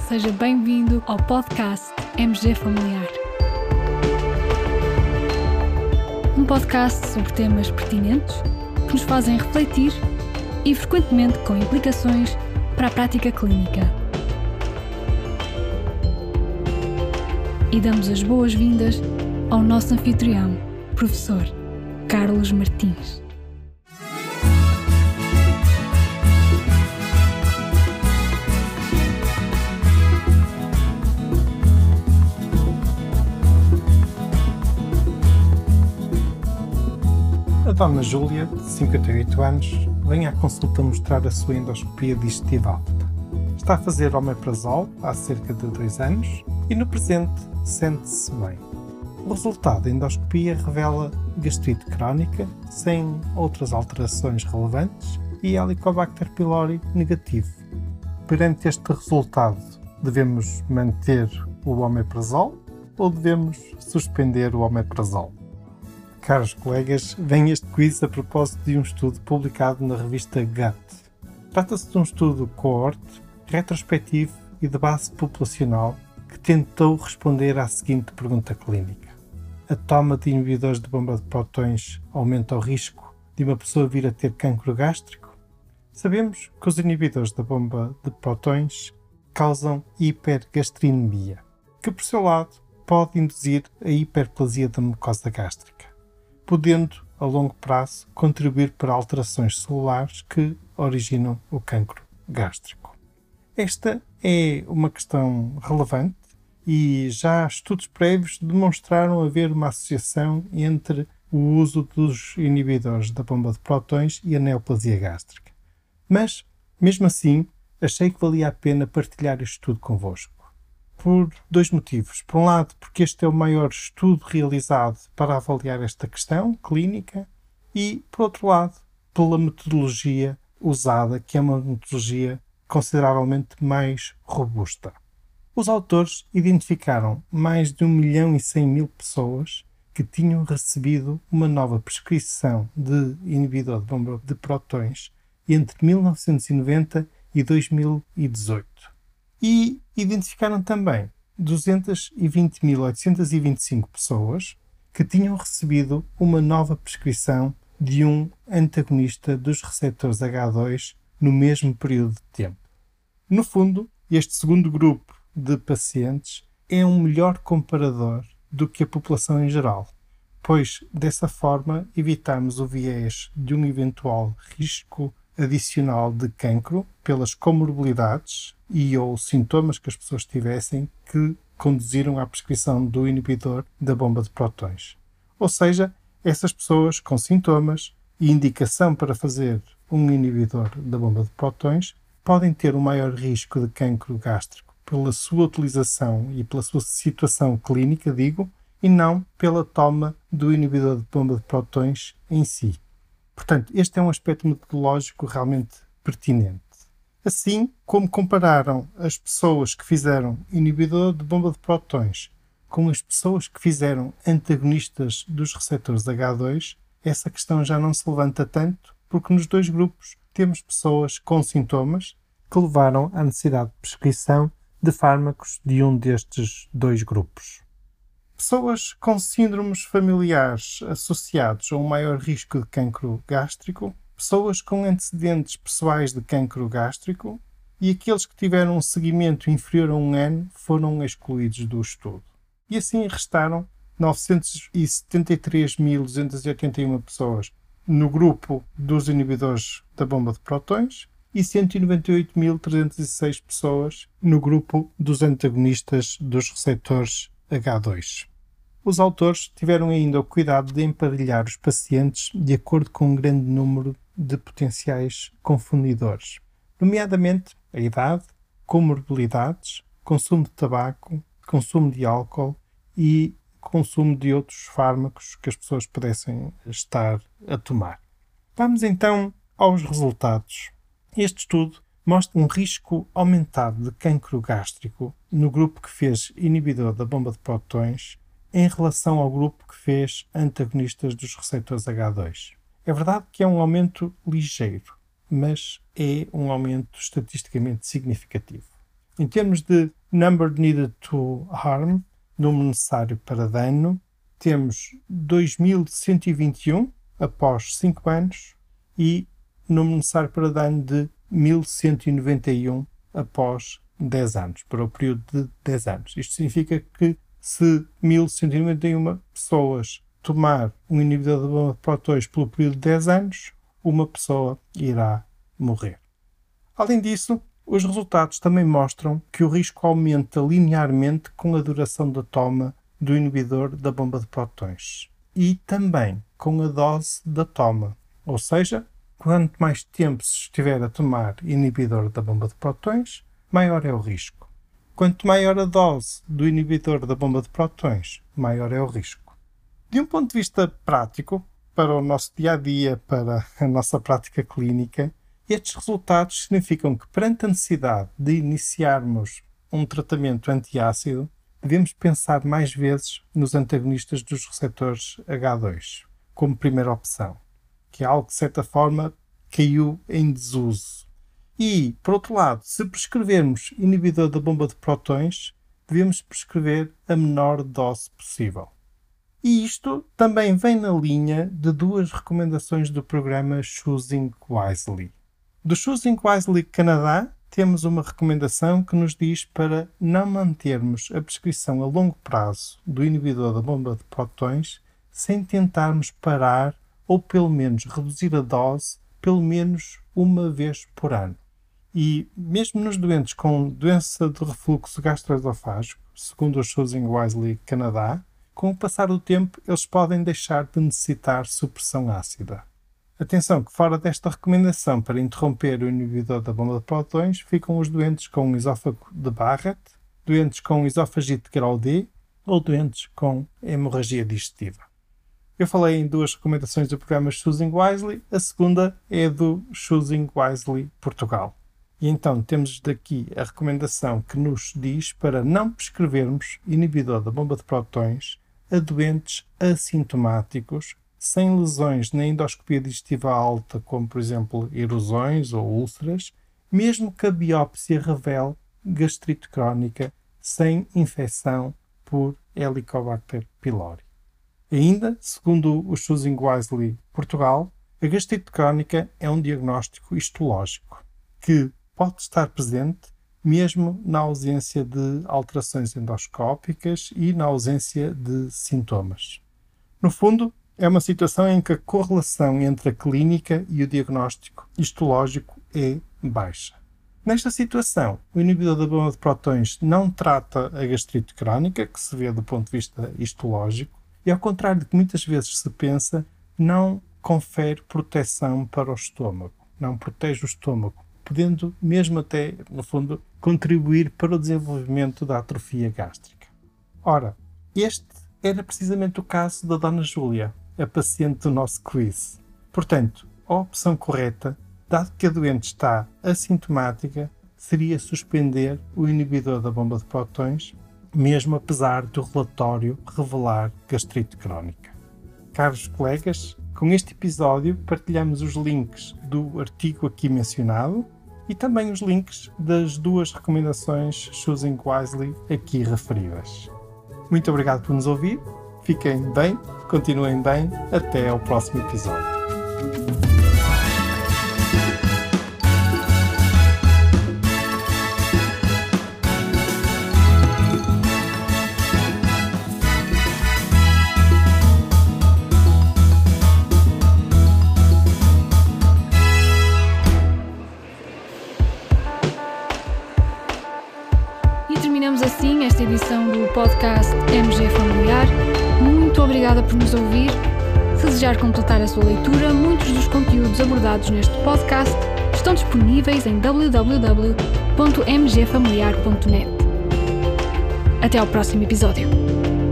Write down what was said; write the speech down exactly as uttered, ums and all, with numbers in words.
seja bem-vindo ao podcast M G Familiar. Um podcast sobre temas pertinentes que nos fazem refletir e frequentemente com implicações para a prática clínica. E damos as boas-vindas ao nosso anfitrião, professor Carlos Martins. A dona Júlia, de cinquenta e oito anos, vem à consulta mostrar a sua endoscopia digestiva alta. Está a fazer omeprazol há cerca de dois anos e no presente sente-se bem. O resultado da endoscopia revela gastrite crónica, sem outras alterações relevantes, e Helicobacter pylori negativo. Perante este resultado, devemos manter o omeprazol ou devemos suspender o omeprazol? Caros colegas, vem este quiz a propósito de um estudo publicado na revista Gut. Trata-se de um estudo coorte, retrospectivo e de base populacional que tentou responder à seguinte pergunta clínica: a toma de inibidores de bomba de prótons aumenta o risco de uma pessoa vir a ter cancro gástrico? Sabemos que os inibidores da bomba de prótons causam hipergastrinemia, que por seu lado pode induzir a hiperplasia da mucosa gástrica, podendo, a longo prazo, contribuir para alterações celulares que originam o cancro gástrico. Esta é uma questão relevante e já estudos prévios demonstraram haver uma associação entre o uso dos inibidores da bomba de prótons e a neoplasia gástrica. Mas, mesmo assim, achei que valia a pena partilhar este estudo convosco. Por dois motivos. Por um lado, porque este é o maior estudo realizado para avaliar esta questão clínica e, por outro lado, pela metodologia usada, que é uma metodologia consideravelmente mais robusta. Os autores identificaram mais de um milhão e cem mil pessoas que tinham recebido uma nova prescrição de inibidor de bomba de prótons entre mil novecentos e noventa e dois mil e dezoito. E identificaram também duzentas e vinte mil oitocentas e vinte e cinco pessoas que tinham recebido uma nova prescrição de um antagonista dos receptores agá dois no mesmo período de tempo. No fundo, este segundo grupo de pacientes é um melhor comparador do que a população em geral, pois dessa forma evitamos o viés de um eventual risco adicional de cancro pelas comorbilidades e ou sintomas que as pessoas tivessem que conduziram à prescrição do inibidor da bomba de prótons. Ou seja, essas pessoas com sintomas e indicação para fazer um inibidor da bomba de prótons podem ter um maior risco de cancro gástrico pela sua utilização e pela sua situação clínica, digo, e não pela toma do inibidor de bomba de prótons em si. Portanto, este é um aspecto metodológico realmente pertinente. Assim como compararam as pessoas que fizeram inibidor de bomba de prótons com as pessoas que fizeram antagonistas dos receptores agá dois, essa questão já não se levanta tanto, porque nos dois grupos temos pessoas com sintomas que levaram à necessidade de prescrição de fármacos de um destes dois grupos. Pessoas com síndromes familiares associados a um maior risco de cancro gástrico, pessoas com antecedentes pessoais de cancro gástrico e aqueles que tiveram um seguimento inferior a um ano foram excluídos do estudo. E assim restaram novecentos e setenta e três mil duzentas e oitenta e uma pessoas no grupo dos inibidores da bomba de prótons e cento e noventa e oito mil trezentas e seis pessoas no grupo dos antagonistas dos receptores agá dois. Os autores tiveram ainda o cuidado de emparelhar os pacientes de acordo com um grande número de potenciais confundidores, nomeadamente a idade, comorbilidades, consumo de tabaco, consumo de álcool e consumo de outros fármacos que as pessoas pudessem estar a tomar. Vamos então aos resultados. Este estudo mostra um risco aumentado de cancro gástrico no grupo que fez inibidor da bomba de prótons em relação ao grupo que fez antagonistas dos receptores agá dois. É verdade que é um aumento ligeiro, mas é um aumento estatisticamente significativo. Em termos de number needed to harm, número necessário para dano, temos dois mil cento e vinte e um após cinco anos e número necessário para dano de mil cento e noventa e um após dez anos, para o período de dez anos. Isto significa que se mil cento e noventa e uma pessoas tomar um inibidor da bomba de prótons pelo período de dez anos, uma pessoa irá morrer. Além disso, os resultados também mostram que o risco aumenta linearmente com a duração da toma do inibidor da bomba de prótons e também com a dose da toma. Ou seja, quanto mais tempo se estiver a tomar inibidor da bomba de prótons, maior é o risco. Quanto maior a dose do inibidor da bomba de prótons, maior é o risco. De um ponto de vista prático, para o nosso dia-a-dia, para a nossa prática clínica, estes resultados significam que, perante a necessidade de iniciarmos um tratamento antiácido, devemos pensar mais vezes nos antagonistas dos receptores agá dois, como primeira opção, que é algo que, de certa forma, caiu em desuso. E, por outro lado, se prescrevermos inibidor da bomba de prótons, devemos prescrever a menor dose possível. E isto também vem na linha de duas recomendações do programa Choosing Wisely. Do Choosing Wisely Canadá, temos uma recomendação que nos diz para não mantermos a prescrição a longo prazo do inibidor da bomba de prótons sem tentarmos parar ou pelo menos reduzir a dose pelo menos uma vez por ano. E mesmo nos doentes com doença de refluxo gastroesofágico, segundo o Choosing Wisely Canadá, com o passar do tempo eles podem deixar de necessitar supressão ácida. Atenção que fora desta recomendação para interromper o inibidor da bomba de prótons ficam os doentes com esófago de Barrett, doentes com esofagite grau D ou doentes com hemorragia digestiva. Eu falei em duas recomendações do programa Choosing Wisely, a segunda é do Choosing Wisely Portugal. E então temos daqui a recomendação que nos diz para não prescrevermos inibidor da bomba de prótons a doentes assintomáticos sem lesões na endoscopia digestiva alta, como por exemplo erosões ou úlceras, mesmo que a biópsia revele gastrite crónica sem infecção por Helicobacter pylori. Ainda, segundo o Choosing Wisely Portugal, a gastrite crónica é um diagnóstico histológico que pode estar presente mesmo na ausência de alterações endoscópicas e na ausência de sintomas. No fundo, é uma situação em que a correlação entre a clínica e o diagnóstico histológico é baixa. Nesta situação, o inibidor da bomba de prótons não trata a gastrite crónica, que se vê do ponto de vista histológico, e ao contrário do que muitas vezes se pensa, não confere proteção para o estômago, não protege o estômago, podendo mesmo até, no fundo, contribuir para o desenvolvimento da atrofia gástrica. Ora, este era precisamente o caso da Dona Júlia, a paciente do nosso quiz. Portanto, a opção correta, dado que a doente está assintomática, seria suspender o inibidor da bomba de prótons, mesmo apesar do relatório revelar gastrite crónica. Caros colegas, com este episódio partilhamos os links do artigo aqui mencionado e também os links das duas recomendações Choosing Wisely aqui referidas. Muito obrigado por nos ouvir, fiquem bem, continuem bem, até ao próximo episódio. Assim esta edição do podcast M G Familiar. Muito obrigada por nos ouvir. Se desejar completar a sua leitura, muitos dos conteúdos abordados neste podcast estão disponíveis em w w w ponto m g familiar ponto net. Até ao próximo episódio.